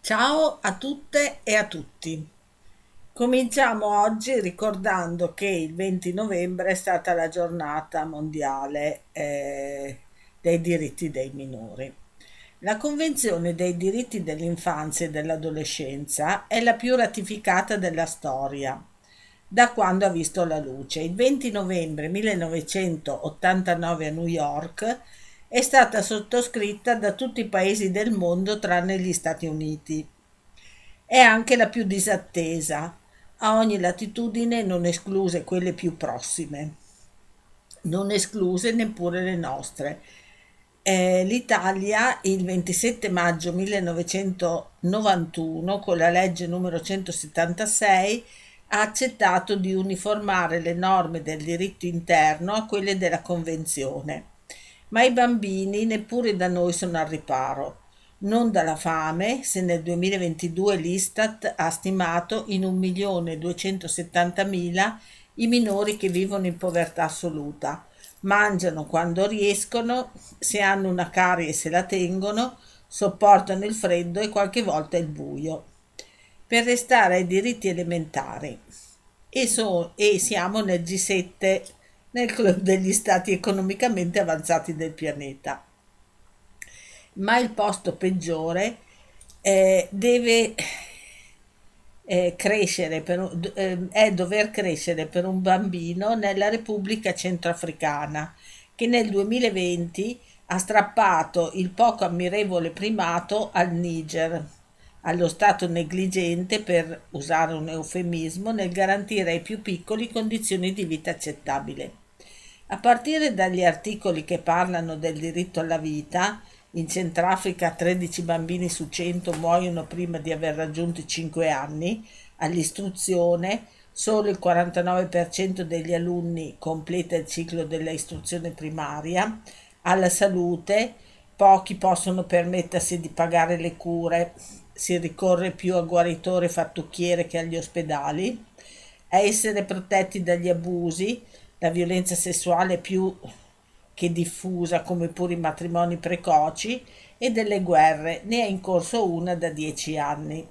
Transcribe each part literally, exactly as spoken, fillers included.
Ciao a tutte e a tutti. Cominciamo oggi ricordando che il venti novembre è stata la giornata mondiale eh, dei diritti dei minori. La Convenzione dei diritti dell'infanzia e dell'adolescenza è la più ratificata della storia da quando ha visto la luce. Il venti novembre millenovecentottantanove a New York è stata sottoscritta da tutti i paesi del mondo tranne gli Stati Uniti. È anche la più disattesa, a ogni latitudine, non escluse quelle più prossime, non escluse neppure le nostre. Eh, L'Italia il ventisette maggio millenovecentonovantuno, con la legge numero centosettantasei, ha accettato di uniformare le norme del diritto interno a quelle della Convenzione. Ma i bambini neppure da noi sono al riparo. Non dalla fame, se nel duemilaventidue l'Istat ha stimato in un milione duecentosettantamila i minori che vivono in povertà assoluta. Mangiano quando riescono, se hanno una carie se la tengono, sopportano il freddo e qualche volta il buio. Per restare ai diritti elementari. E, so- e siamo nel G sette, nel club degli stati economicamente avanzati del pianeta. Ma il posto peggiore eh, deve eh, crescere per un- eh, è dover crescere per un bambino nella Repubblica Centroafricana, che nel duemilaventi ha strappato il poco ammirevole primato al Niger, allo stato negligente, per usare un eufemismo, nel garantire ai più piccoli condizioni di vita accettabili. A partire dagli articoli che parlano del diritto alla vita, in Centrafrica tredici bambini su cento muoiono prima di aver raggiunto i cinque anni, all'istruzione, solo il quarantanove per cento degli alunni completa il ciclo dell'istruzione primaria, alla salute, pochi possono permettersi di pagare le cure, si ricorre più a guaritore e fattucchiere che agli ospedali, a essere protetti dagli abusi, la violenza sessuale più che diffusa, come pure i matrimoni precoci, e delle guerre, ne è in corso una da dieci anni.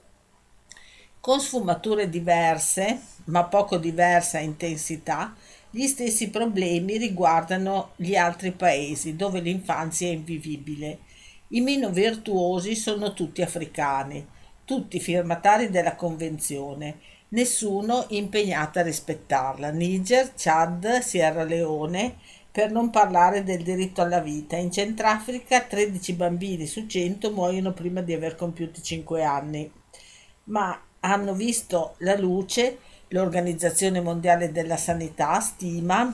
Con sfumature diverse, ma poco diversa intensità, gli stessi problemi riguardano gli altri paesi dove l'infanzia è invivibile. I meno virtuosi sono tutti africani, tutti firmatari della Convenzione, nessuno impegnato a rispettarla. Niger, Chad, Sierra Leone, per non parlare del diritto alla vita. In Centrafrica tredici bambini su cento muoiono prima di aver compiuto cinque anni, ma hanno visto la luce. L'Organizzazione Mondiale della Sanità stima,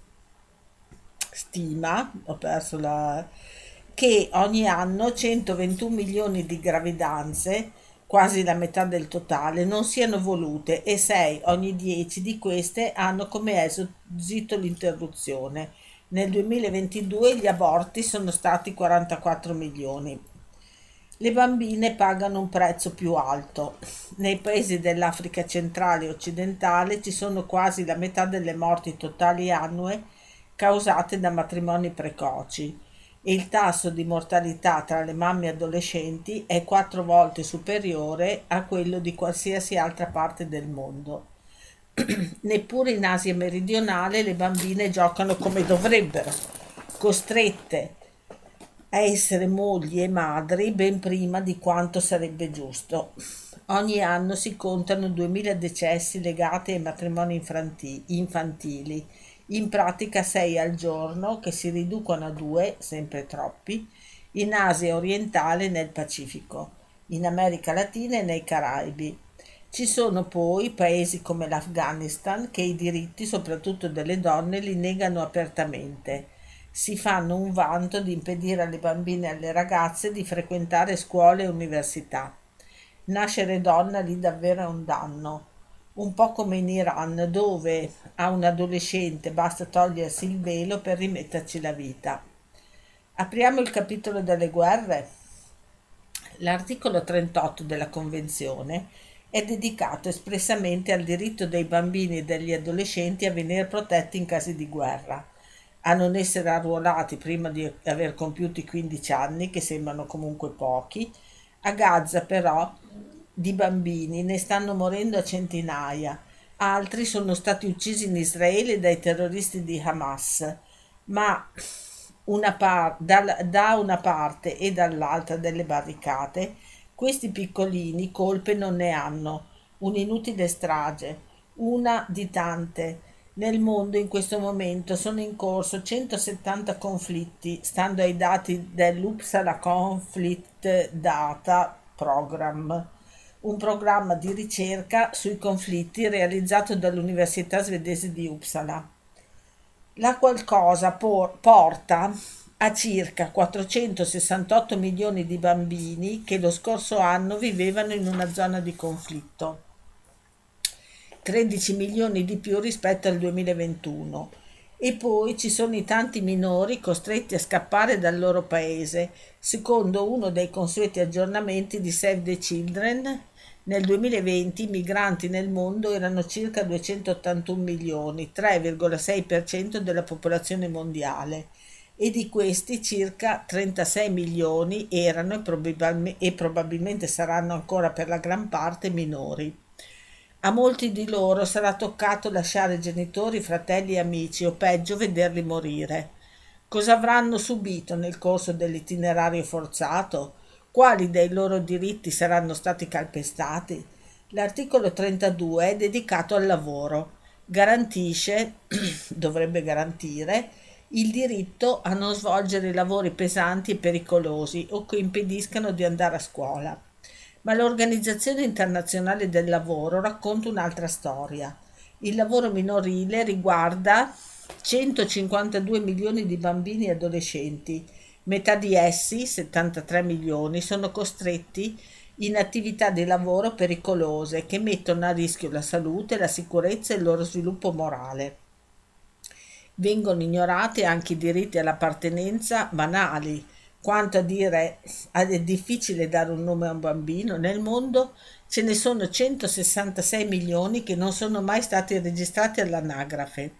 stima, ho perso la, che ogni anno centoventuno milioni di gravidanze, quasi la metà del totale, non siano volute e sei ogni dieci di queste hanno come esito l'interruzione. Nel duemilaventidue gli aborti sono stati quarantaquattro milioni. Le bambine pagano un prezzo più alto. Nei paesi dell'Africa centrale e occidentale ci sono quasi la metà delle morti totali annue causate da matrimoni precoci e il tasso di mortalità tra le mamme adolescenti è quattro volte superiore a quello di qualsiasi altra parte del mondo. Neppure in Asia meridionale le bambine giocano come dovrebbero, costrette a essere mogli e madri ben prima di quanto sarebbe giusto. Ogni anno si contano duemila decessi legati ai matrimoni infanti- infantili, in pratica sei al giorno, che si riducono a due, sempre troppi, in Asia orientale e nel Pacifico, in America Latina e nei Caraibi. Ci sono poi paesi come l'Afghanistan che i diritti, soprattutto delle donne, li negano apertamente. Si fanno un vanto di impedire alle bambine e alle ragazze di frequentare scuole e università. Nascere donna lì davvero è un danno, un po' come in Iran, dove a un adolescente basta togliersi il velo per rimetterci la vita. Apriamo il capitolo delle guerre. L'articolo trentotto della Convenzione è dedicato espressamente al diritto dei bambini e degli adolescenti a venire protetti in casi di guerra, a non essere arruolati prima di aver compiuto i quindici anni, che sembrano comunque pochi, A Gaza, però, di bambini ne stanno morendo a centinaia. Altri sono stati uccisi in Israele dai terroristi di Hamas, ma una par- dal- da una parte e dall'altra delle barricate, questi piccolini colpe non ne hanno. Un'inutile strage, una di tante. Nel mondo in questo momento sono in corso centosettanta conflitti, stando ai dati dell'Uppsala Conflict Data Program, un programma di ricerca sui conflitti realizzato dall'Università svedese di Uppsala. La qualcosa por- porta a circa quattrocentosessantotto milioni di bambini che lo scorso anno vivevano in una zona di conflitto, tredici milioni di più rispetto al duemilaventuno. E poi ci sono i tanti minori costretti a scappare dal loro paese, secondo uno dei consueti aggiornamenti di Save the Children. Nel duemilaventi i migranti nel mondo erano circa duecentottantuno milioni, tre virgola sei per cento della popolazione mondiale, e di questi circa trentasei milioni erano e, probabilme- e probabilmente saranno ancora per la gran parte minori. A molti di loro sarà toccato lasciare genitori, fratelli e amici, o peggio vederli morire. Cosa avranno subito nel corso dell'itinerario forzato? Quali dei loro diritti saranno stati calpestati? L'articolo trentadue è dedicato al lavoro. Garantisce, dovrebbe garantire, il diritto a non svolgere lavori pesanti e pericolosi o che impediscano di andare a scuola. Ma l'Organizzazione Internazionale del Lavoro racconta un'altra storia. Il lavoro minorile riguarda centocinquantadue milioni di bambini e adolescenti. Metà di essi, settantatré milioni, sono costretti in attività di lavoro pericolose che mettono a rischio la salute, la sicurezza e il loro sviluppo morale. Vengono ignorati anche i diritti all'appartenenza banali. Quanto a dire è difficile dare un nome a un bambino, nel mondo ce ne sono centosessantasei milioni che non sono mai stati registrati all'anagrafe.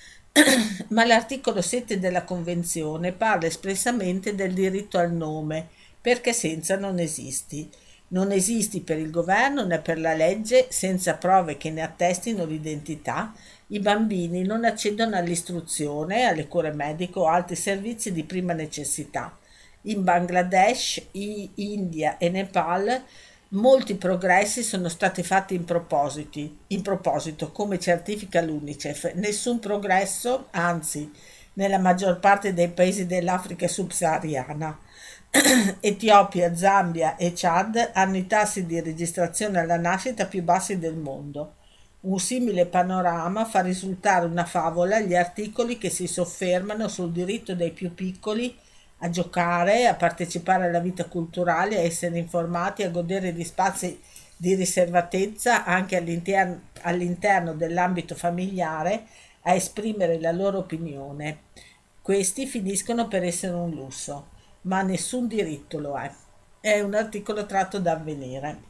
Ma l'articolo sette della Convenzione parla espressamente del diritto al nome, perché senza non esisti. Non esisti per il governo né per la legge, senza prove che ne attestino l'identità. I bambini non accedono all'istruzione, alle cure mediche o altri servizi di prima necessità. In Bangladesh, I- India e Nepal molti progressi sono stati fatti in propositi, in proposito, come certifica l'UNICEF. Nessun progresso, anzi, nella maggior parte dei paesi dell'Africa subsahariana. Etiopia, Zambia e Chad hanno i tassi di registrazione alla nascita più bassi del mondo. Un simile panorama fa risultare una favola gli articoli che si soffermano sul diritto dei più piccoli a giocare, a partecipare alla vita culturale, a essere informati, a godere di spazi di riservatezza anche all'interno, all'interno dell'ambito familiare, a esprimere la loro opinione. Questi finiscono per essere un lusso, ma nessun diritto lo è. È un articolo tratto da Avvenire.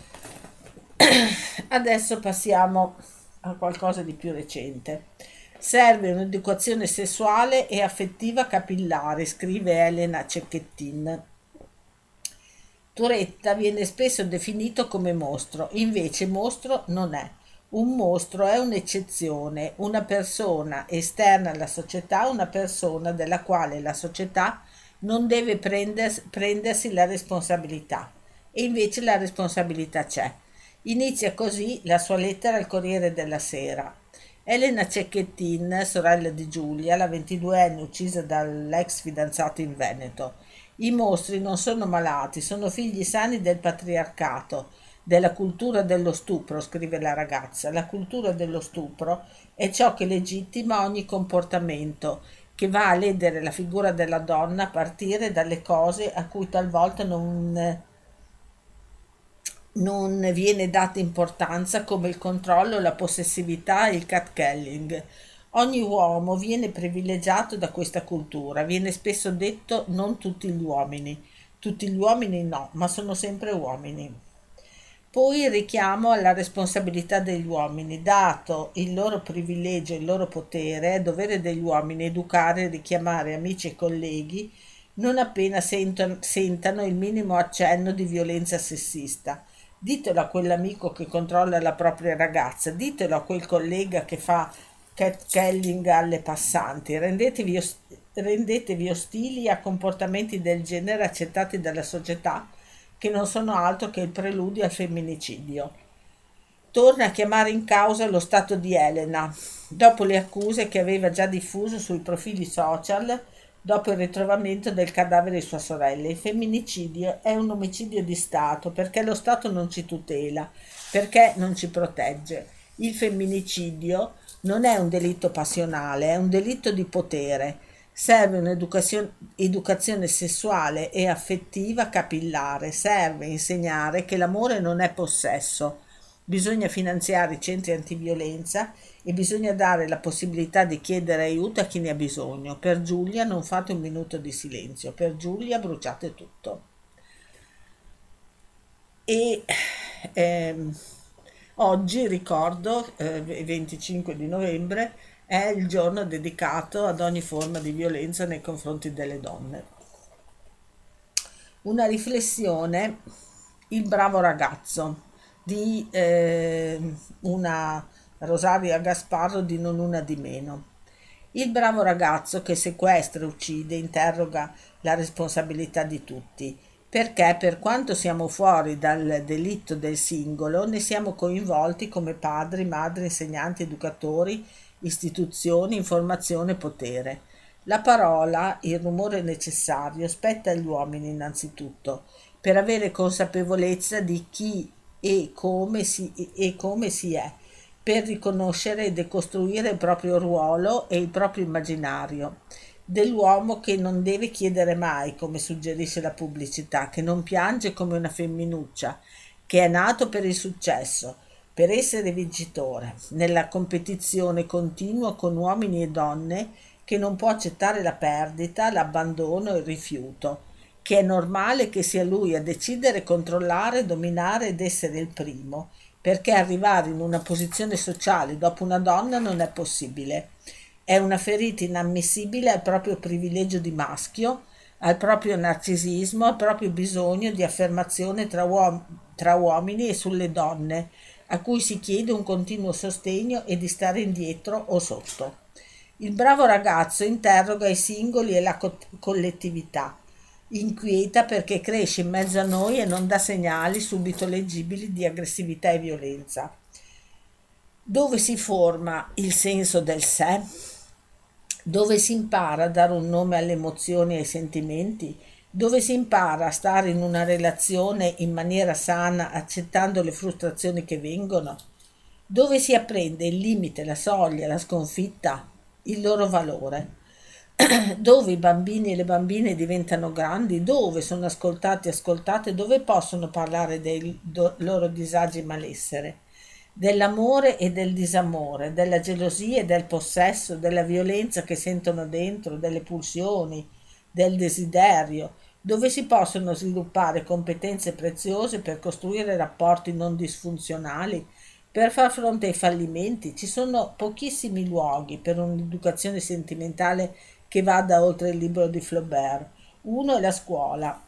Adesso passiamo a qualcosa di più recente. Serve un'educazione sessuale e affettiva capillare, scrive Elena Cecchettin. Turetta viene spesso definito come mostro, invece mostro non è. Un mostro è un'eccezione, una persona esterna alla società, una persona della quale la società non deve prenders- prendersi la responsabilità. E invece la responsabilità c'è. Inizia così la sua lettera al Corriere della Sera. Elena Cecchettin, sorella di Giulia, la ventiduenne uccisa dall'ex fidanzato in Veneto. I mostri non sono malati, sono figli sani del patriarcato, della cultura dello stupro, scrive la ragazza. La cultura dello stupro è ciò che legittima ogni comportamento, che va a ledere la figura della donna a partire dalle cose a cui talvolta non non viene data importanza, come il controllo, la possessività e il catcalling. Ogni uomo viene privilegiato da questa cultura, viene spesso detto non tutti gli uomini. Tutti gli uomini no, ma sono sempre uomini. Poi il richiamo alla responsabilità degli uomini, dato il loro privilegio e il loro potere, è dovere degli uomini educare e richiamare amici e colleghi non appena senton- sentano il minimo accenno di violenza sessista. Ditelo a quell'amico che controlla la propria ragazza, ditelo a quel collega che fa catcalling alle passanti, rendetevi, os- rendetevi ostili a comportamenti del genere accettati dalla società, che non sono altro che il preludio al femminicidio. Torna a chiamare in causa lo stato di Elena, dopo le accuse che aveva già diffuso sui profili social dopo il ritrovamento del cadavere di sua sorella. Il femminicidio è un omicidio di Stato perché lo Stato non ci tutela, perché non ci protegge. Il femminicidio non è un delitto passionale, è un delitto di potere. Serve un'educazione educazione sessuale e affettiva capillare, serve insegnare che l'amore non è possesso. Bisogna finanziare i centri antiviolenza e bisogna dare la possibilità di chiedere aiuto a chi ne ha bisogno. Per Giulia non fate un minuto di silenzio, per Giulia bruciate tutto. E ehm, oggi ricordo, eh, venticinque di novembre, è il giorno dedicato ad ogni forma di violenza nei confronti delle donne. Una riflessione, il bravo ragazzo di eh, una Rosaria Gasparro di Non una di meno. Il bravo ragazzo che sequestra, uccide, interroga la responsabilità di tutti, perché per quanto siamo fuori dal delitto del singolo, ne siamo coinvolti come padri, madri, insegnanti, educatori, istituzioni, informazione, potere. La parola, il rumore necessario, spetta agli uomini innanzitutto, per avere consapevolezza di chi e come si, e come si è, per riconoscere e decostruire il proprio ruolo e il proprio immaginario dell'uomo che non deve chiedere mai, come suggerisce la pubblicità, che non piange come una femminuccia, che è nato per il successo, per essere vincitore, nella competizione continua con uomini e donne, che non può accettare la perdita, l'abbandono e il rifiuto, che è normale che sia lui a decidere, controllare, dominare ed essere il primo, perché arrivare in una posizione sociale dopo una donna non è possibile. È una ferita inammissibile al proprio privilegio di maschio, al proprio narcisismo, al proprio bisogno di affermazione tra, uom- tra uomini e sulle donne, a cui si chiede un continuo sostegno e di stare indietro o sotto. Il bravo ragazzo interroga i singoli e la co- collettività, inquieta perché cresce in mezzo a noi e non dà segnali subito leggibili di aggressività e violenza. Dove si forma il senso del sé? Dove si impara a dare un nome alle emozioni e ai sentimenti? Dove si impara a stare in una relazione in maniera sana, accettando le frustrazioni che vengono? Dove si apprende il limite, la soglia, la sconfitta, il loro valore? Dove i bambini e le bambine diventano grandi, dove sono ascoltati e ascoltate, dove possono parlare dei do- loro disagi e malessere, dell'amore e del disamore, della gelosia e del possesso, della violenza che sentono dentro, delle pulsioni, del desiderio, dove si possono sviluppare competenze preziose per costruire rapporti non disfunzionali, per far fronte ai fallimenti. Ci sono pochissimi luoghi per un'educazione sentimentale che vada oltre il libro di Flaubert. Uno è la scuola,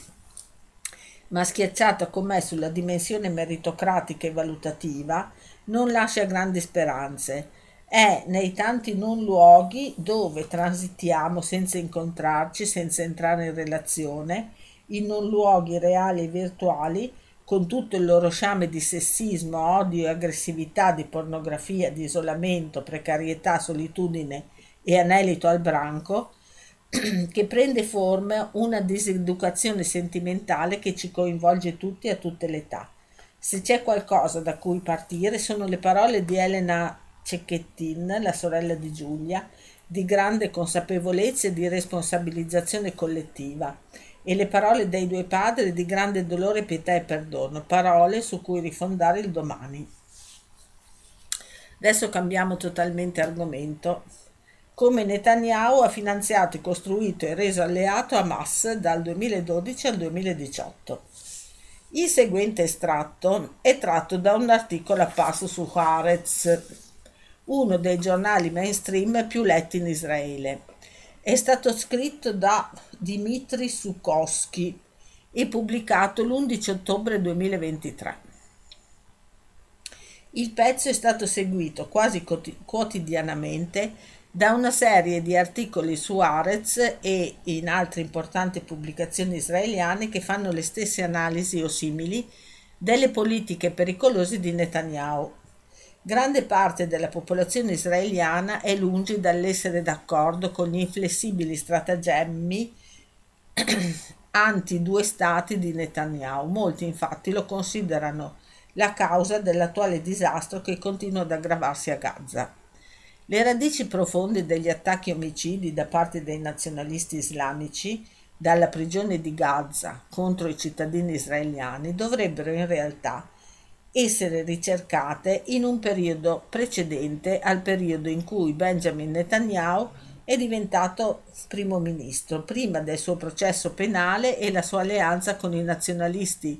ma schiacciata com'è sulla dimensione meritocratica e valutativa, non lascia grandi speranze. È nei tanti non luoghi dove transitiamo senza incontrarci, senza entrare in relazione, in non luoghi reali e virtuali, con tutto il loro sciame di sessismo, odio e aggressività, di pornografia, di isolamento, precarietà, solitudine e anelito al branco, che prende forma una diseducazione sentimentale che ci coinvolge tutti a tutte le età. Se c'è qualcosa da cui partire sono le parole di Elena Cecchettin, la sorella di Giulia, di grande consapevolezza e di responsabilizzazione collettiva, e le parole dei due padri di grande dolore, pietà e perdono, parole su cui rifondare il domani. Adesso cambiamo totalmente argomento. Come Netanyahu ha finanziato, costruito e reso alleato Hamas dal duemiladodici al duemiladiciotto. Il seguente estratto è tratto da un articolo apparso su Haaretz, uno dei giornali mainstream più letti in Israele. È stato scritto da Dmitry Sukovsky e pubblicato l'undici ottobre duemilaventitré. Il pezzo è stato seguito quasi quoti- quotidianamente da una serie di articoli su Haaretz e in altre importanti pubblicazioni israeliane che fanno le stesse analisi o simili delle politiche pericolose di Netanyahu. Grande parte della popolazione israeliana è lungi dall'essere d'accordo con gli inflessibili stratagemmi anti-due stati di Netanyahu. Molti infatti lo considerano la causa dell'attuale disastro che continua ad aggravarsi a Gaza. Le radici profonde degli attacchi omicidi da parte dei nazionalisti islamici dalla prigione di Gaza contro i cittadini israeliani dovrebbero in realtà essere ricercate in un periodo precedente al periodo in cui Benjamin Netanyahu è diventato primo ministro, prima del suo processo penale e la sua alleanza con i nazionalisti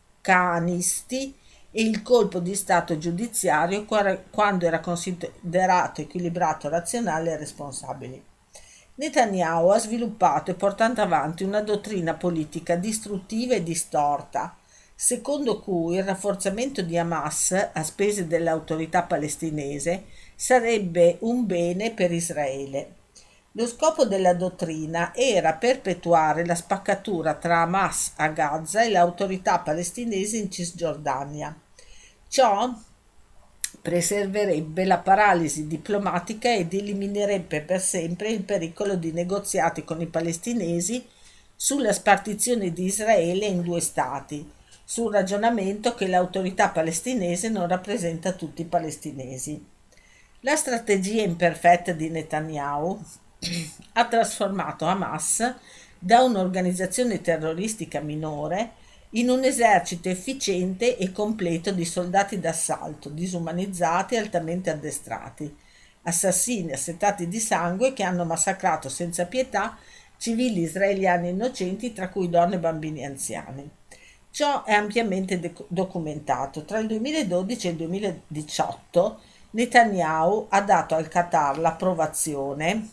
caanisti e il colpo di stato giudiziario quando era considerato equilibrato, razionale e responsabile. Netanyahu ha sviluppato e portato avanti una dottrina politica distruttiva e distorta, secondo cui il rafforzamento di Hamas a spese dell'autorità palestinese sarebbe un bene per Israele. Lo scopo della dottrina era perpetuare la spaccatura tra Hamas a Gaza e l'autorità palestinese in Cisgiordania. Ciò preserverebbe la paralisi diplomatica ed eliminerebbe per sempre il pericolo di negoziati con i palestinesi sulla spartizione di Israele in due stati, sul ragionamento che l'autorità palestinese non rappresenta tutti i palestinesi. La strategia imperfetta di Netanyahu ha trasformato Hamas da un'organizzazione terroristica minore in un esercito efficiente e completo di soldati d'assalto, disumanizzati e altamente addestrati, assassini assetati di sangue che hanno massacrato senza pietà civili israeliani innocenti, tra cui donne, bambini e anziani. Ciò è ampiamente de- documentato. Tra il duemiladodici e il duemiladiciotto Netanyahu ha dato al Qatar l'approvazione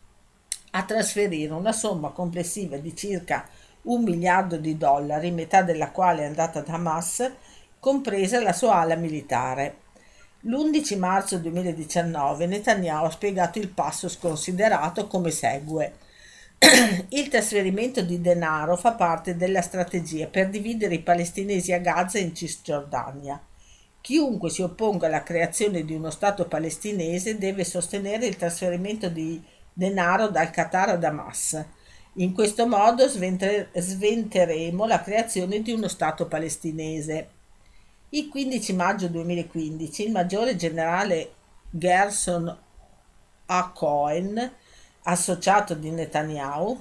a trasferire una somma complessiva di circa un miliardo di dollari, metà della quale è andata ad Hamas, compresa la sua ala militare. L'undici marzo duemiladiciannove Netanyahu ha spiegato il passo sconsiderato come segue. Il trasferimento di denaro fa parte della strategia per dividere i palestinesi a Gaza e in Cisgiordania. Chiunque si opponga alla creazione di uno Stato palestinese deve sostenere il trasferimento di denaro dal Qatar ad Hamas. In questo modo sventer- sventeremo la creazione di uno Stato palestinese. Il quindici maggio duemilaquindici il maggiore generale Gerson A. Cohen, associato di Netanyahu,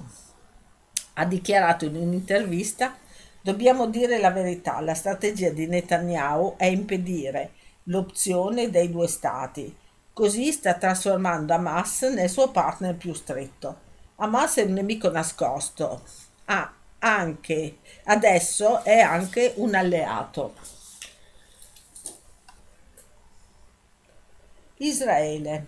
ha dichiarato in un'intervista: dobbiamo dire la verità, la strategia di Netanyahu è impedire l'opzione dei due stati. Così sta trasformando Hamas nel suo partner più stretto. Hamas è un nemico nascosto, ha anche, adesso è anche un alleato. Israele.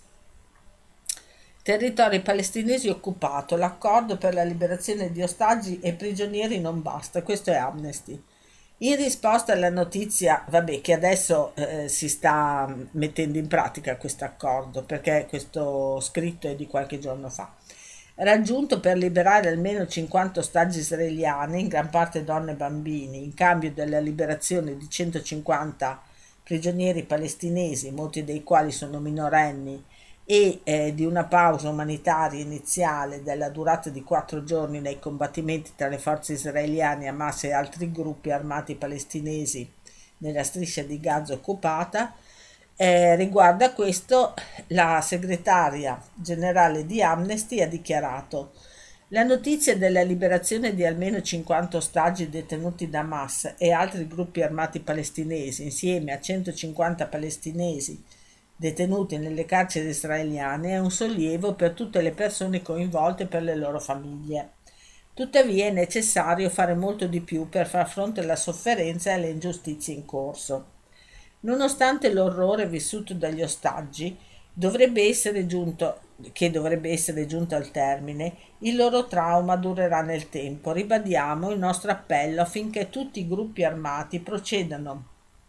Territori palestinesi occupato, l'accordo per la liberazione di ostaggi e prigionieri non basta, questo è Amnesty. In risposta alla notizia, vabbè, che adesso eh, si sta mettendo in pratica questo accordo, perché questo scritto è di qualche giorno fa, raggiunto per liberare almeno cinquanta ostaggi israeliani, in gran parte donne e bambini, in cambio della liberazione di centocinquanta prigionieri palestinesi, molti dei quali sono minorenni, e eh, di una pausa umanitaria iniziale della durata di quattro giorni nei combattimenti tra le forze israeliane, Hamas e altri gruppi armati palestinesi nella striscia di Gaza occupata. Eh, riguardo a questo, la segretaria generale di Amnesty ha dichiarato: la notizia della liberazione di almeno cinquanta ostaggi detenuti da Hamas e altri gruppi armati palestinesi, insieme a centocinquanta palestinesi detenuti nelle carceri israeliane, è un sollievo per tutte le persone coinvolte e per le loro famiglie. Tuttavia è necessario fare molto di più per far fronte alla sofferenza e alle ingiustizie in corso. Nonostante l'orrore vissuto dagli ostaggi, dovrebbe essere giunto che dovrebbe essere giunto al termine, il loro trauma durerà nel tempo. Ribadiamo il nostro appello affinché tutti i gruppi armati procedano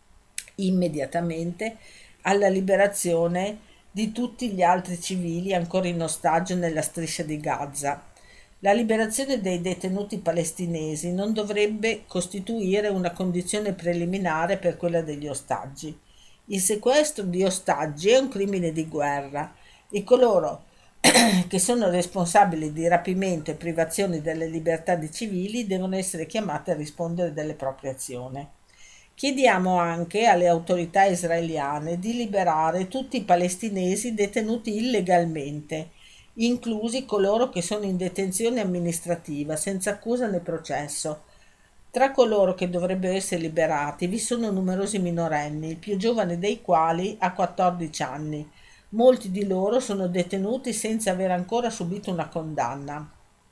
immediatamente alla liberazione di tutti gli altri civili ancora in ostaggio nella striscia di Gaza. La liberazione dei detenuti palestinesi non dovrebbe costituire una condizione preliminare per quella degli ostaggi. Il sequestro di ostaggi è un crimine di guerra e coloro che sono responsabili di rapimento e privazioni delle libertà di civili devono essere chiamati a rispondere delle proprie azioni. Chiediamo anche alle autorità israeliane di liberare tutti i palestinesi detenuti illegalmente, inclusi coloro che sono in detenzione amministrativa senza accusa né processo. Tra coloro che dovrebbero essere liberati vi sono numerosi minorenni, il più giovane dei quali ha quattordici anni. Molti di loro sono detenuti senza aver ancora subito una condanna.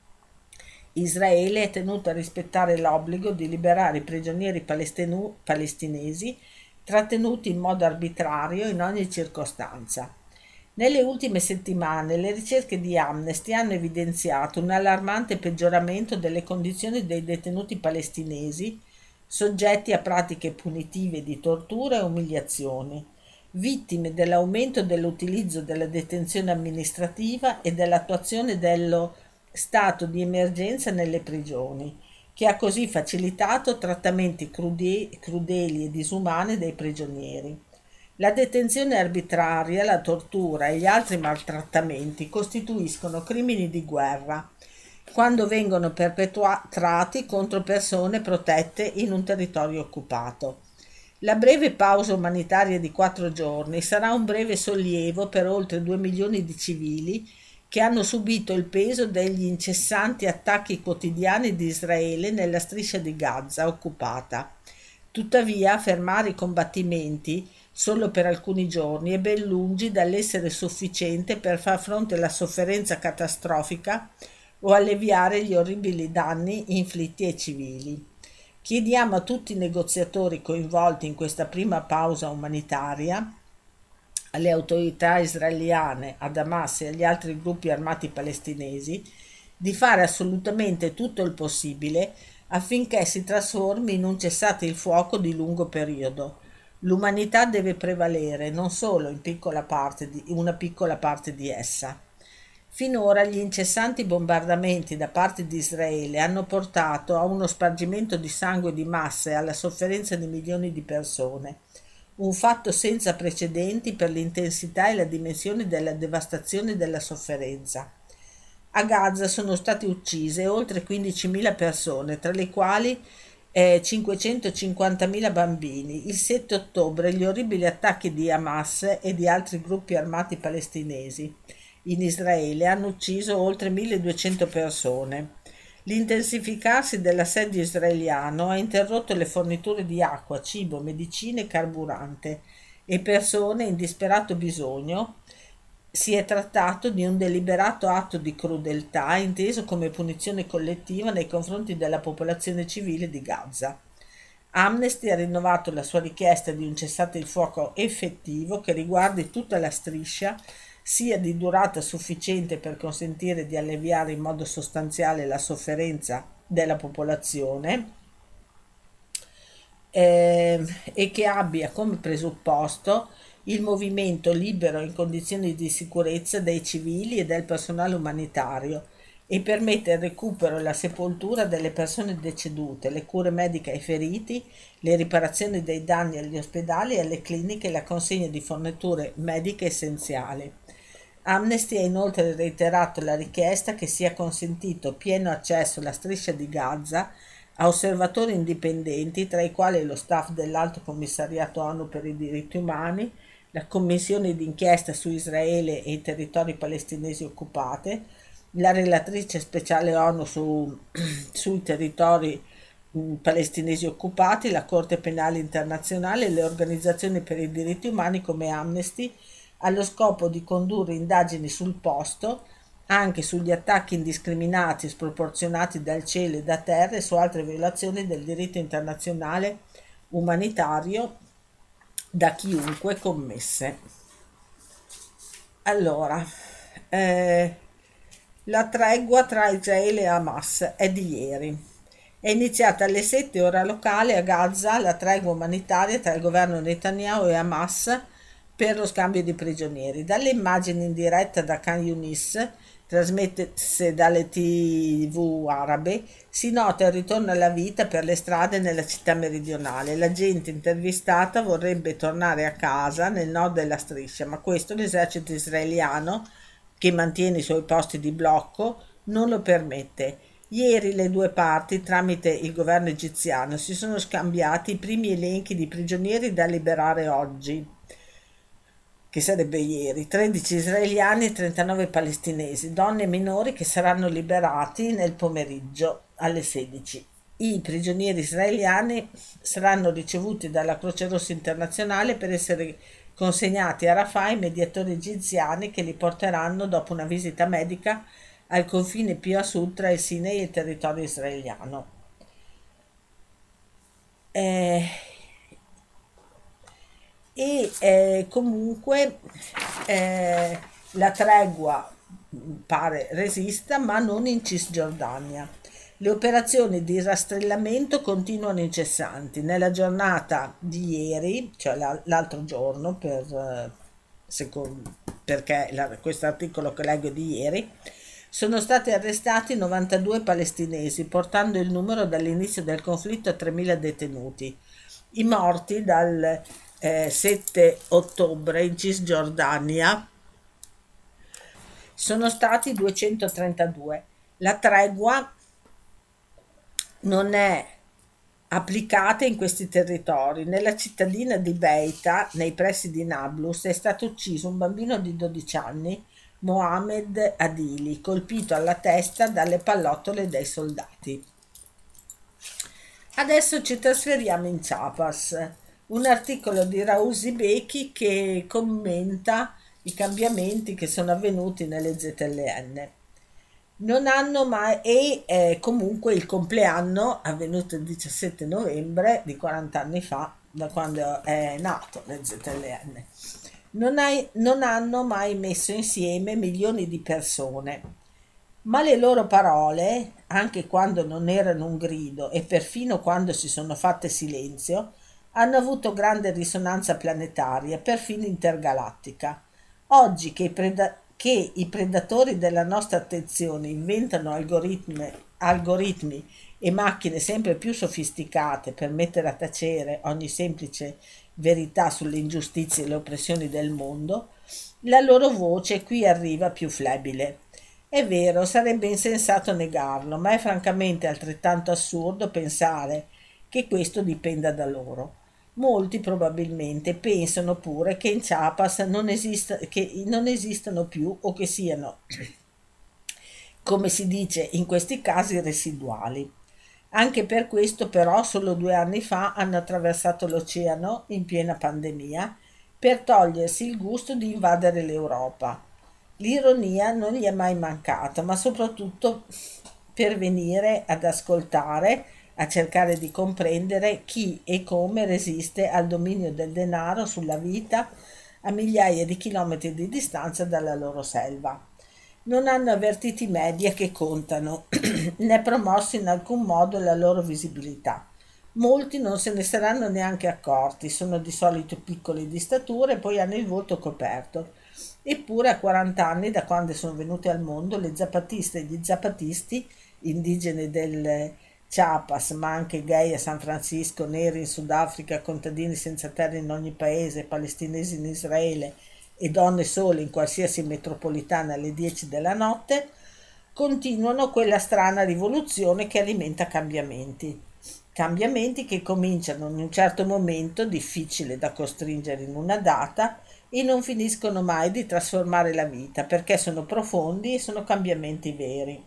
Israele è tenuto a rispettare l'obbligo di liberare i prigionieri palestinu- palestinesi trattenuti in modo arbitrario in ogni circostanza. Nelle ultime settimane le ricerche di Amnesty hanno evidenziato un allarmante peggioramento delle condizioni dei detenuti palestinesi soggetti a pratiche punitive di tortura e umiliazioni, vittime dell'aumento dell'utilizzo della detenzione amministrativa e dell'attuazione dello stato di emergenza nelle prigioni, che ha così facilitato trattamenti crudi- crudeli e disumani dei prigionieri. La detenzione arbitraria, la tortura e gli altri maltrattamenti costituiscono crimini di guerra quando vengono perpetrati contro persone protette in un territorio occupato. La breve pausa umanitaria di quattro giorni sarà un breve sollievo per oltre due milioni di civili che hanno subito il peso degli incessanti attacchi quotidiani di Israele nella striscia di Gaza occupata. Tuttavia, fermare i combattimenti solo per alcuni giorni è ben lungi dall'essere sufficiente per far fronte alla sofferenza catastrofica o alleviare gli orribili danni inflitti ai civili. Chiediamo a tutti i negoziatori coinvolti in questa prima pausa umanitaria, alle autorità israeliane, ad Hamas e agli altri gruppi armati palestinesi, di fare assolutamente tutto il possibile affinché si trasformi in un cessate il fuoco di lungo periodo. L'umanità deve prevalere non solo in piccola parte di, una piccola parte di essa. Finora gli incessanti bombardamenti da parte di Israele hanno portato a uno spargimento di sangue di massa e alla sofferenza di milioni di persone, un fatto senza precedenti per l'intensità e la dimensione della devastazione e della sofferenza. A Gaza sono state uccise oltre quindicimila persone, tra le quali eh, cinquecentocinquantamila bambini. Il sette ottobre gli orribili attacchi di Hamas e di altri gruppi armati palestinesi in Israele hanno ucciso oltre milleduecento persone. L'intensificarsi dell'assedio israeliano ha interrotto le forniture di acqua, cibo, medicine e carburante e persone in disperato bisogno. Si è trattato di un deliberato atto di crudeltà inteso come punizione collettiva nei confronti della popolazione civile di Gaza. Amnesty ha rinnovato la sua richiesta di un cessate il fuoco effettivo che riguardi tutta la striscia, sia di durata sufficiente per consentire di alleviare in modo sostanziale la sofferenza della popolazione eh, e che abbia come presupposto il movimento libero in condizioni di sicurezza dei civili e del personale umanitario e permette il recupero e la sepoltura delle persone decedute, le cure mediche ai feriti, le riparazioni dei danni agli ospedali e alle cliniche e la consegna di forniture mediche essenziali. Amnesty ha inoltre reiterato la richiesta che sia consentito pieno accesso alla striscia di Gaza a osservatori indipendenti, tra i quali lo staff dell'Alto Commissariato ONU per i diritti umani, la Commissione d'inchiesta su Israele e i territori palestinesi occupati, la relatrice speciale ONU su, sui territori mh, palestinesi occupati, la Corte Penale Internazionale e le organizzazioni per i diritti umani come Amnesty, allo scopo di condurre indagini sul posto anche sugli attacchi indiscriminati e sproporzionati dal cielo e da terra e su altre violazioni del diritto internazionale umanitario da chiunque commesse. Allora, Eh, la tregua tra Israele e Hamas è di ieri. È iniziata alle sette ora locale a Gaza la tregua umanitaria tra il governo Netanyahu e Hamas per lo scambio di prigionieri. Dalle immagini in diretta da Khan Yunis, trasmesse dalle tivù arabe, si nota il ritorno alla vita per le strade nella città meridionale. La gente intervistata vorrebbe tornare a casa nel nord della striscia, ma questo l'esercito israeliano, che mantiene i suoi posti di blocco, non lo permette. Ieri le due parti, tramite il governo egiziano, si sono scambiati i primi elenchi di prigionieri da liberare oggi, che sarebbe ieri, tredici israeliani e trentanove palestinesi, donne e minori che saranno liberati nel pomeriggio alle sedici. I prigionieri israeliani saranno ricevuti dalla Croce Rossa Internazionale per essere consegnati a Rafah ai mediatori egiziani che li porteranno dopo una visita medica al confine più a sud tra il Sinai e il territorio israeliano. Eh, e eh, comunque eh, la tregua pare resista, ma non in Cisgiordania. Le operazioni di rastrellamento continuano incessanti. Nella giornata di ieri, cioè la- l'altro giorno, per, eh, secondo- perché questo articolo che leggo è di ieri, sono stati arrestati novantadue palestinesi, portando il numero dall'inizio del conflitto a tremila detenuti. I morti dal eh, sette ottobre in Cisgiordania sono stati duecentotrentadue. La tregua non è applicata in questi territori. Nella cittadina di Beita, nei pressi di Nablus, è stato ucciso un bambino di dodici anni, Mohamed Adili, colpito alla testa dalle pallottole dei soldati. Adesso ci trasferiamo in Chiapas, un articolo di Rausi Becchi che commenta i cambiamenti che sono avvenuti nelle Z L N. Non hanno mai, e eh, comunque il compleanno avvenuto il diciassette novembre di quaranta anni fa, da quando è nato le Z L N. Non, hai- non hanno mai messo insieme milioni di persone, ma le loro parole, anche quando non erano un grido e perfino quando si sono fatte silenzio, hanno avuto grande risonanza planetaria, perfino intergalattica. Oggi che i, preda- che i predatori della nostra attenzione inventano algoritmi, algoritmi e macchine sempre più sofisticate per mettere a tacere ogni semplice verità sulle ingiustizie e le oppressioni del mondo, la loro voce qui arriva più flebile. È vero, sarebbe insensato negarlo, ma è francamente altrettanto assurdo pensare che questo dipenda da loro. Molti probabilmente pensano pure che in Chiapas non, esista, che non esistano più o che siano, come si dice in questi casi, residuali. Anche per questo però solo due anni fa hanno attraversato l'oceano in piena pandemia per togliersi il gusto di invadere l'Europa. L'ironia non gli è mai mancata, ma soprattutto per venire ad ascoltare, a cercare di comprendere chi e come resiste al dominio del denaro sulla vita a migliaia di chilometri di distanza dalla loro selva. Non hanno avvertito i media che contano, né promosso in alcun modo la loro visibilità. Molti non se ne saranno neanche accorti, sono di solito piccoli di statura e poi hanno il volto coperto. Eppure a quaranta anni da quando sono venute al mondo, le zapatiste e gli zapatisti, indigeni del Chiapas, ma anche gay a San Francisco, neri in Sudafrica, contadini senza terra in ogni paese, palestinesi in Israele e donne sole in qualsiasi metropolitana alle dieci della notte, continuano quella strana rivoluzione che alimenta cambiamenti. Cambiamenti che cominciano in un certo momento, difficile da costringere in una data, e non finiscono mai di trasformare la vita perché sono profondi e sono cambiamenti veri.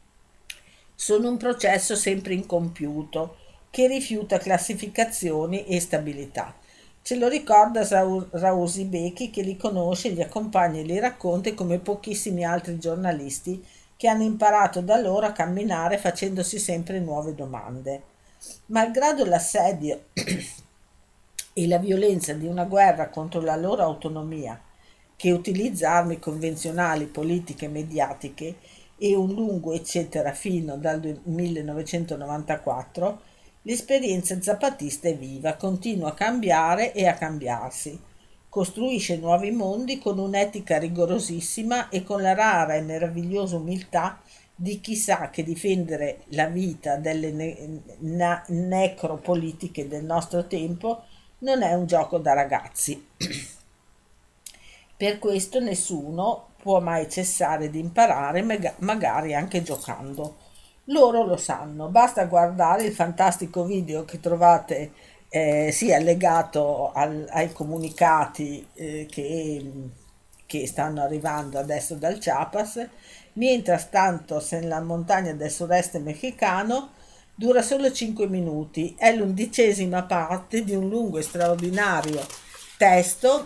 Sono un processo sempre incompiuto che rifiuta classificazioni e stabilità. Ce lo ricorda Rau- Rausi Becchi che li conosce, li accompagna e li racconta come pochissimi altri giornalisti che hanno imparato da loro a camminare facendosi sempre nuove domande. Malgrado l'assedio e la violenza di una guerra contro la loro autonomia, che utilizza armi convenzionali, politiche, mediatiche e un lungo eccetera fino dal millenovecentonovantaquattro, l'esperienza zapatista è viva, continua a cambiare e a cambiarsi. Costruisce nuovi mondi con un'etica rigorosissima e con la rara e meravigliosa umiltà di chi sa che difendere la vita delle ne- na- necropolitiche del nostro tempo non è un gioco da ragazzi. Per questo nessuno può mai cessare di imparare, mega- magari anche giocando. Loro lo sanno, basta guardare il fantastico video che trovate eh, sì, allegato al- ai comunicati eh, che, che stanno arrivando adesso dal Chiapas. Mientras tanto, en la montagna del sud-est messicano dura solo cinque minuti, è l'undicesima parte di un lungo e straordinario testo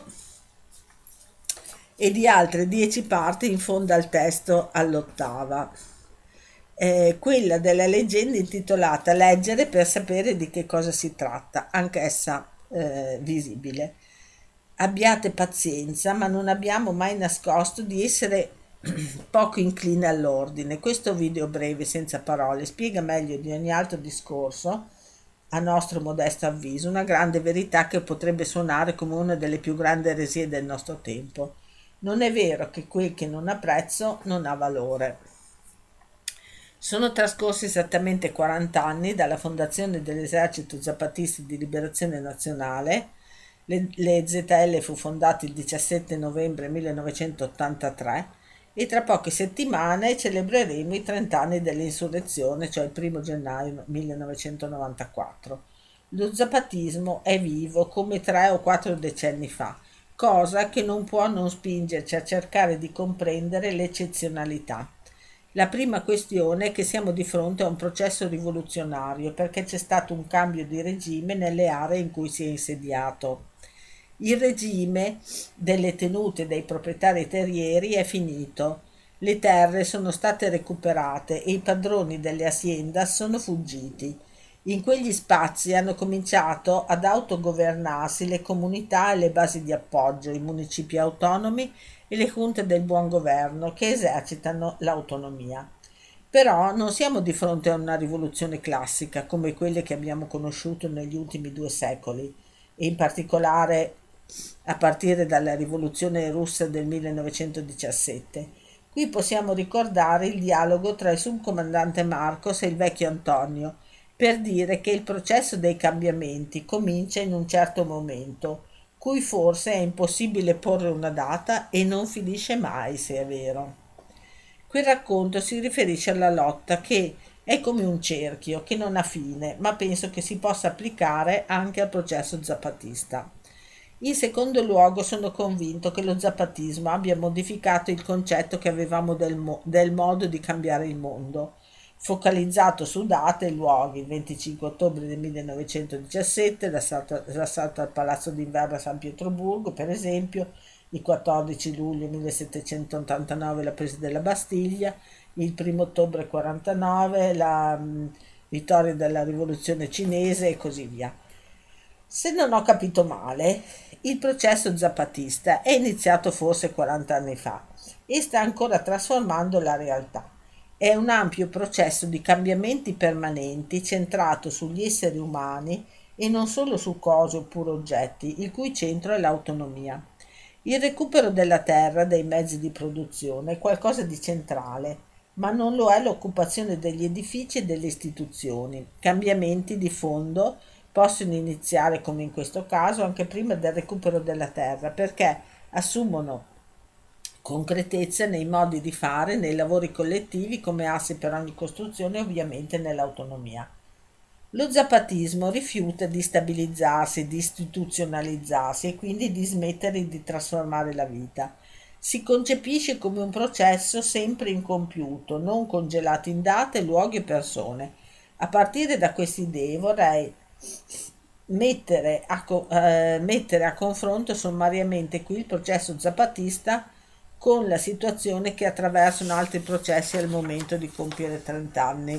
e di altre dieci parti in fondo al testo all'ottava. Eh, quella della leggenda intitolata Leggere per sapere di che cosa si tratta, anch'essa eh, visibile. Abbiate pazienza, ma non abbiamo mai nascosto di essere poco incline all'ordine. Questo video breve, senza parole, spiega meglio di ogni altro discorso, a nostro modesto avviso, una grande verità che potrebbe suonare come una delle più grandi eresie del nostro tempo. Non è vero che quel che non ha prezzo non ha valore. Sono trascorsi esattamente quaranta anni dalla fondazione dell'Esercito Zapatista di Liberazione Nazionale. Le, le Z L fu fondato il diciassette novembre millenovecentottantatré e tra poche settimane celebreremo i trenta anni dell'insurrezione, cioè il primo gennaio millenovecentonovantaquattro. Lo zapatismo è vivo come tre o quattro decenni fa, cosa che non può non spingerci a cercare di comprendere l'eccezionalità. La prima questione è che siamo di fronte a un processo rivoluzionario perché c'è stato un cambio di regime nelle aree in cui si è insediato. Il regime delle tenute dei proprietari terrieri è finito, le terre sono state recuperate e i padroni delle aziende sono fuggiti. In quegli spazi hanno cominciato ad autogovernarsi le comunità e le basi di appoggio, i municipi autonomi e le giunte del buon governo che esercitano l'autonomia. Però non siamo di fronte a una rivoluzione classica come quelle che abbiamo conosciuto negli ultimi due secoli, e in particolare a partire dalla rivoluzione russa del millenovecentodiciassette. Qui possiamo ricordare il dialogo tra il subcomandante Marcos e il vecchio Antonio, per dire che il processo dei cambiamenti comincia in un certo momento, cui forse è impossibile porre una data e non finisce mai, se è vero. Quel racconto si riferisce alla lotta che è come un cerchio che non ha fine, ma penso che si possa applicare anche al processo zapatista. In secondo luogo, sono convinto che lo zapatismo abbia modificato il concetto che avevamo del, mo- del modo di cambiare il mondo, focalizzato su date e luoghi: il venticinque ottobre del millenovecentodiciassette, l'assalto, l'assalto al Palazzo d'Inverno a San Pietroburgo, per esempio, il quattordici luglio millesettecentottantanove la presa della Bastiglia, il primo ottobre quarantanove la mh, vittoria della rivoluzione cinese e così via. Se non ho capito male, il processo zapatista è iniziato forse quaranta anni fa e sta ancora trasformando la realtà. È un ampio processo di cambiamenti permanenti centrato sugli esseri umani e non solo su cose oppure oggetti, il cui centro è l'autonomia. Il recupero della terra, dei mezzi di produzione, è qualcosa di centrale, ma non lo è l'occupazione degli edifici e delle istituzioni. Cambiamenti di fondo possono iniziare, come in questo caso, anche prima del recupero della terra, perché assumono concretezza nei modi di fare, nei lavori collettivi come assi per ogni costruzione e ovviamente nell'autonomia. Lo zapatismo rifiuta di stabilizzarsi, di istituzionalizzarsi e quindi di smettere di trasformare la vita. Si concepisce come un processo sempre incompiuto, non congelato in date, luoghi e persone. A partire da queste idee vorrei mettere a, co- eh, mettere a confronto sommariamente qui il processo zapatista con la situazione che attraversano altri processi al momento di compiere trenta anni.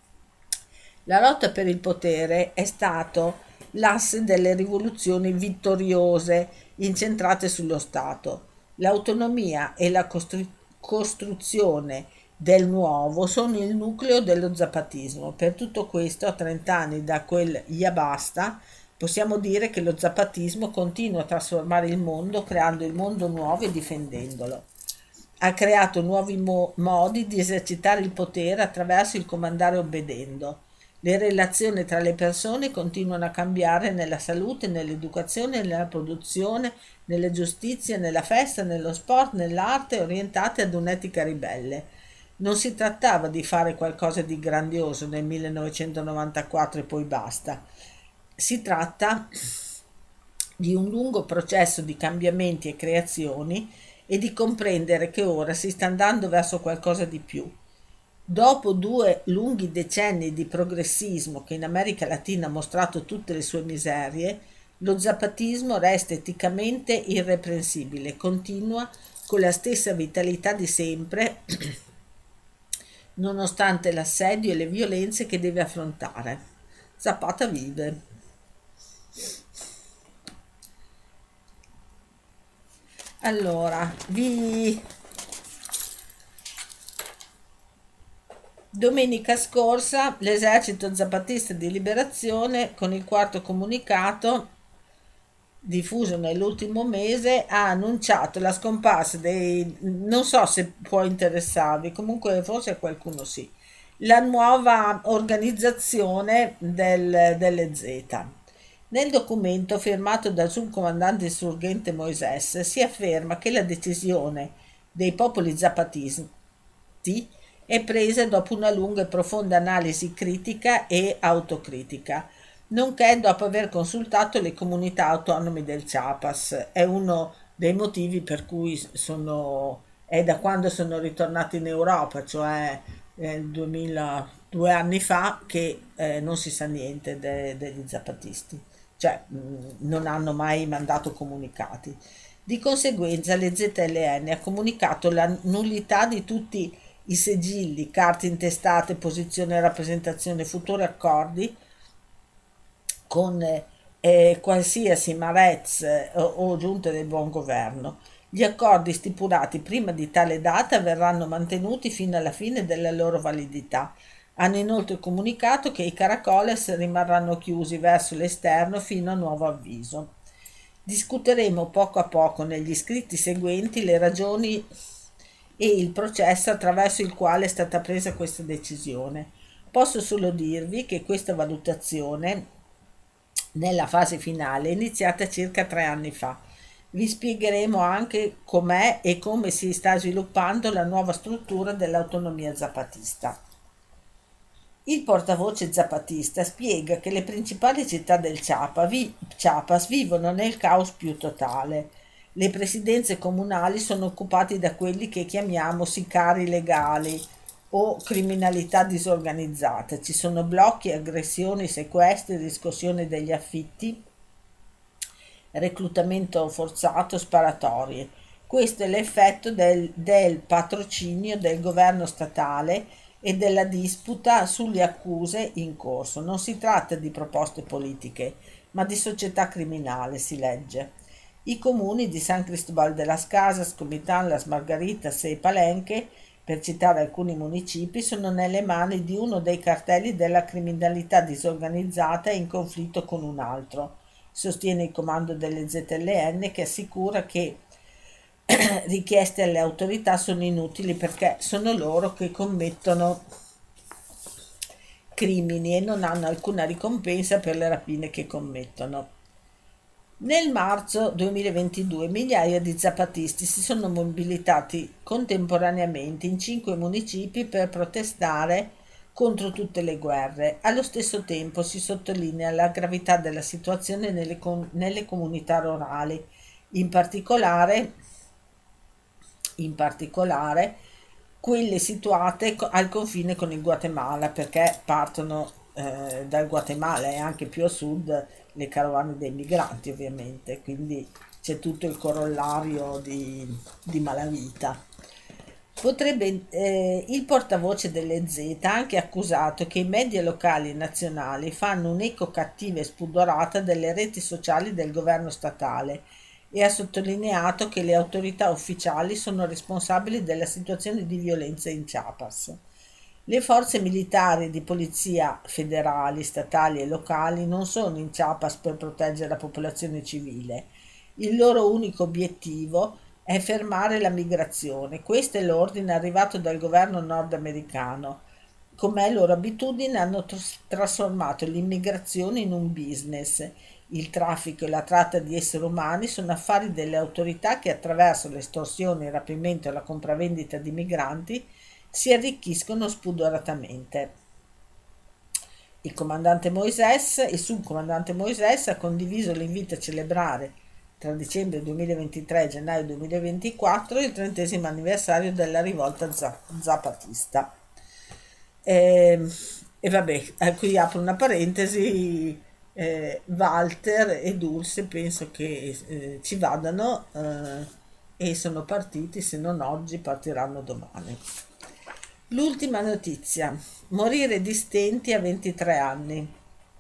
La lotta per il potere è stato l'asse delle rivoluzioni vittoriose incentrate sullo Stato. L'autonomia e la costru- costruzione del nuovo sono il nucleo dello zapatismo. Per tutto questo, a trenta anni da quel Ya Basta, possiamo dire che lo zapatismo continua a trasformare il mondo, creando il mondo nuovo e difendendolo. Ha creato nuovi mo- modi di esercitare il potere attraverso il comandare obbedendo. Le relazioni tra le persone continuano a cambiare nella salute, nell'educazione, nella produzione, nella giustizia, nella festa, nello sport, nell'arte, orientate ad un'etica ribelle. Non si trattava di fare qualcosa di grandioso nel millenovecentonovantaquattro e poi basta. Si tratta di un lungo processo di cambiamenti e creazioni e di comprendere che ora si sta andando verso qualcosa di più. Dopo due lunghi decenni di progressismo che in America Latina ha mostrato tutte le sue miserie, lo zapatismo resta eticamente irreprensibile, continua con la stessa vitalità di sempre, nonostante l'assedio e le violenze che deve affrontare. Zapata vive. Allora, vi domenica scorsa l'esercito zapatista di liberazione, con il quarto comunicato diffuso nell'ultimo mese, ha annunciato la scomparsa dei, non so se può interessarvi, comunque forse a qualcuno sì, la nuova organizzazione del- delle Z. Nel documento firmato dal subcomandante insurgente Moisés si afferma che la decisione dei popoli zapatisti è presa dopo una lunga e profonda analisi critica e autocritica, nonché dopo aver consultato le comunità autonome del Chiapas. È uno dei motivi per cui sono, è da quando sono ritornati in Europa, cioè nel duemila, due anni fa, che eh, non si sa niente de- degli zapatisti, cioè mh, non hanno mai mandato comunicati. Di conseguenza le Z L N ha comunicato la nullità di tutti i sigilli, carte intestate, posizione e rappresentazione, futuri accordi con eh, qualsiasi Marez eh, o, o giunte del buon governo. Gli accordi stipulati prima di tale data verranno mantenuti fino alla fine della loro validità. Hanno inoltre comunicato che i caracoles rimarranno chiusi verso l'esterno fino a nuovo avviso. Discuteremo poco a poco negli scritti seguenti le ragioni e il processo attraverso il quale è stata presa questa decisione. Posso solo dirvi che questa valutazione nella fase finale è iniziata circa tre anni fa. Vi spiegheremo anche com'è e come si sta sviluppando la nuova struttura dell'autonomia zapatista. Il portavoce zapatista spiega che le principali città del Chiapa vi- Chiapas vivono nel caos più totale. Le presidenze comunali sono occupate da quelli che chiamiamo sicari legali o criminalità disorganizzata. Ci sono blocchi, aggressioni, sequestri, riscossione degli affitti, reclutamento forzato, sparatorie. Questo è l'effetto del, del patrocinio del governo statale e della disputa sulle accuse in corso. Non si tratta di proposte politiche, ma di società criminale, si legge. I comuni di San Cristobal de las Casas, Comitán, Las Margaritas e Palenque, per citare alcuni municipi, sono nelle mani di uno dei cartelli della criminalità disorganizzata in conflitto con un altro, sostiene il comando delle Z L N, che assicura che richieste alle autorità sono inutili perché sono loro che commettono crimini e non hanno alcuna ricompensa per le rapine che commettono. Nel marzo duemilaventidue migliaia di zapatisti si sono mobilitati contemporaneamente in cinque municipi per protestare contro tutte le guerre. Allo stesso tempo si sottolinea la gravità della situazione nelle, com- nelle comunità rurali, in particolare, in particolare quelle situate co- al confine con il Guatemala, perché partono eh, dal Guatemala e anche più a sud le carovane dei migranti, ovviamente, quindi c'è tutto il corollario di, di malavita. Potrebbe, eh, il portavoce delle Z ha anche accusato che i media locali e nazionali fanno un'eco cattiva e spudorata delle reti sociali del governo statale e ha sottolineato che le autorità ufficiali sono responsabili della situazione di violenza in Chiapas. Le forze militari di polizia federali, statali e locali non sono in Chiapas per proteggere la popolazione civile. Il loro unico obiettivo è fermare la migrazione. Questo è l'ordine arrivato dal governo nordamericano. Come è loro abitudine, hanno tras- trasformato l'immigrazione in un business. Il traffico e la tratta di esseri umani sono affari delle autorità che attraverso l'estorsione, il rapimento e la compravendita di migranti si arricchiscono spudoratamente. Il comandante Moisés, il subcomandante Moisés ha condiviso l'invito a celebrare tra dicembre duemilaventitré e gennaio duemilaventiquattro il trentesimo anniversario della rivolta za- zapatista. E, e vabbè, eh, qui apro una parentesi, eh, Walter e Dulce penso che eh, ci vadano eh, e sono partiti, se non oggi partiranno domani. L'ultima notizia, morire di stenti a ventitré anni.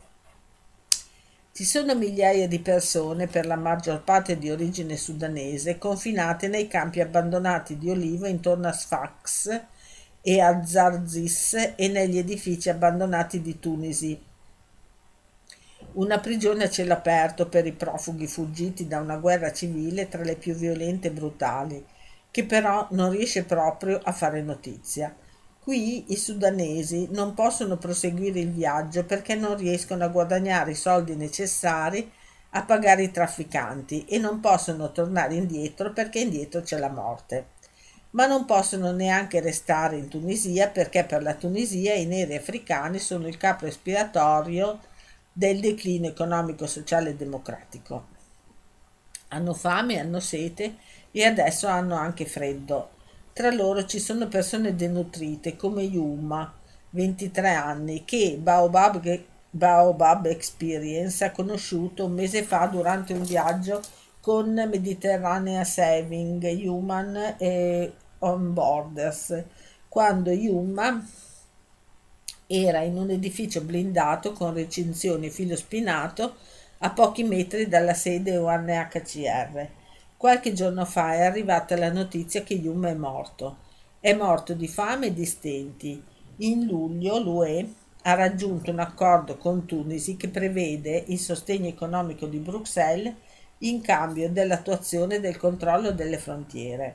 Ci sono migliaia di persone, per la maggior parte di origine sudanese, confinate nei campi abbandonati di olivo intorno a Sfax e a Zarzis e negli edifici abbandonati di Tunisi, una prigione a cielo aperto per i profughi fuggiti da una guerra civile tra le più violente e brutali, che però non riesce proprio a fare notizia. Qui i sudanesi non possono proseguire il viaggio perché non riescono a guadagnare i soldi necessari a pagare i trafficanti e non possono tornare indietro perché indietro c'è la morte. Ma non possono neanche restare in Tunisia perché per la Tunisia i neri africani sono il capo espiatorio del declino economico, sociale e democratico. Hanno fame, hanno sete e adesso hanno anche freddo. Tra loro ci sono persone denutrite come Yuma, ventitré anni, che Baobab, Baobab Experience ha conosciuto un mese fa durante un viaggio con Mediterranean Saving Human e On Borders, quando Yuma era in un edificio blindato con recinzioni e filo spinato a pochi metri dalla sede U N H C R. Qualche giorno fa è arrivata la notizia che Yuma è morto. È morto di fame e di stenti. In luglio l'U E ha raggiunto un accordo con Tunisi che prevede il sostegno economico di Bruxelles in cambio dell'attuazione del controllo delle frontiere.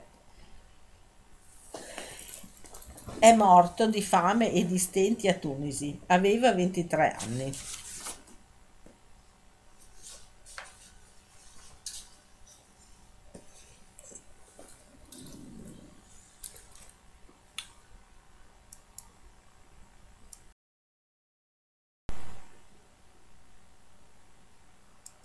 È morto di fame e di stenti a Tunisi. Aveva ventitré anni.